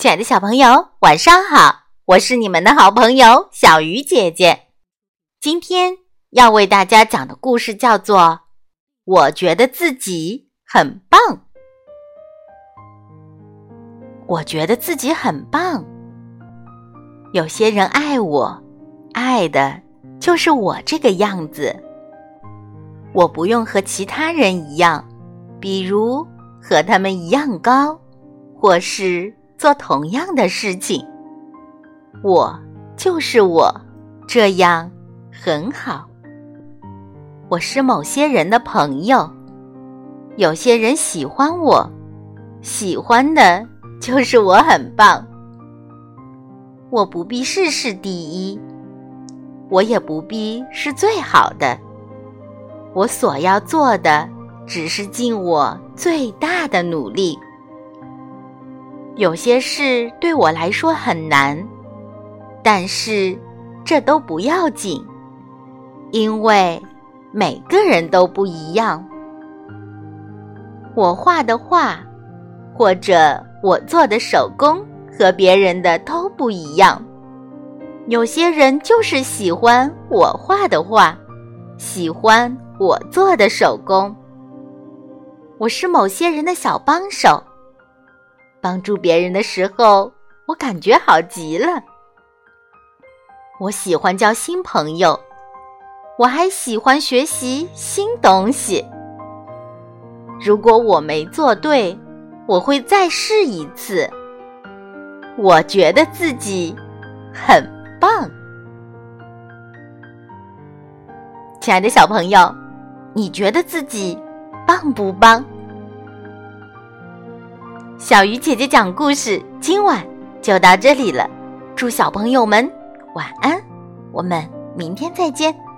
亲爱的小朋友，晚上好，我是你们的好朋友小鱼姐姐。今天要为大家讲的故事叫做《我觉得自己很棒》。我觉得自己很棒。有些人爱我，爱的就是我这个样子。我不用和其他人一样，比如和他们一样高，或是做同样的事情。我就是我，这样很好。我是某些人的朋友，有些人喜欢我，喜欢的就是我很棒。我不必事事第一，我也不必是最好的。我所要做的只是尽我最大的努力。有些事对我来说很难，但是这都不要紧，因为每个人都不一样。我画的画，或者我做的手工和别人的都不一样。有些人就是喜欢我画的画，喜欢我做的手工。我是某些人的小帮手，帮助别人的时候，我感觉好极了。我喜欢交新朋友，我还喜欢学习新东西。如果我没做对，我会再试一次。我觉得自己很棒。亲爱的小朋友，你觉得自己棒不棒？小鱼姐姐讲故事，今晚就到这里了。祝小朋友们晚安，我们明天再见。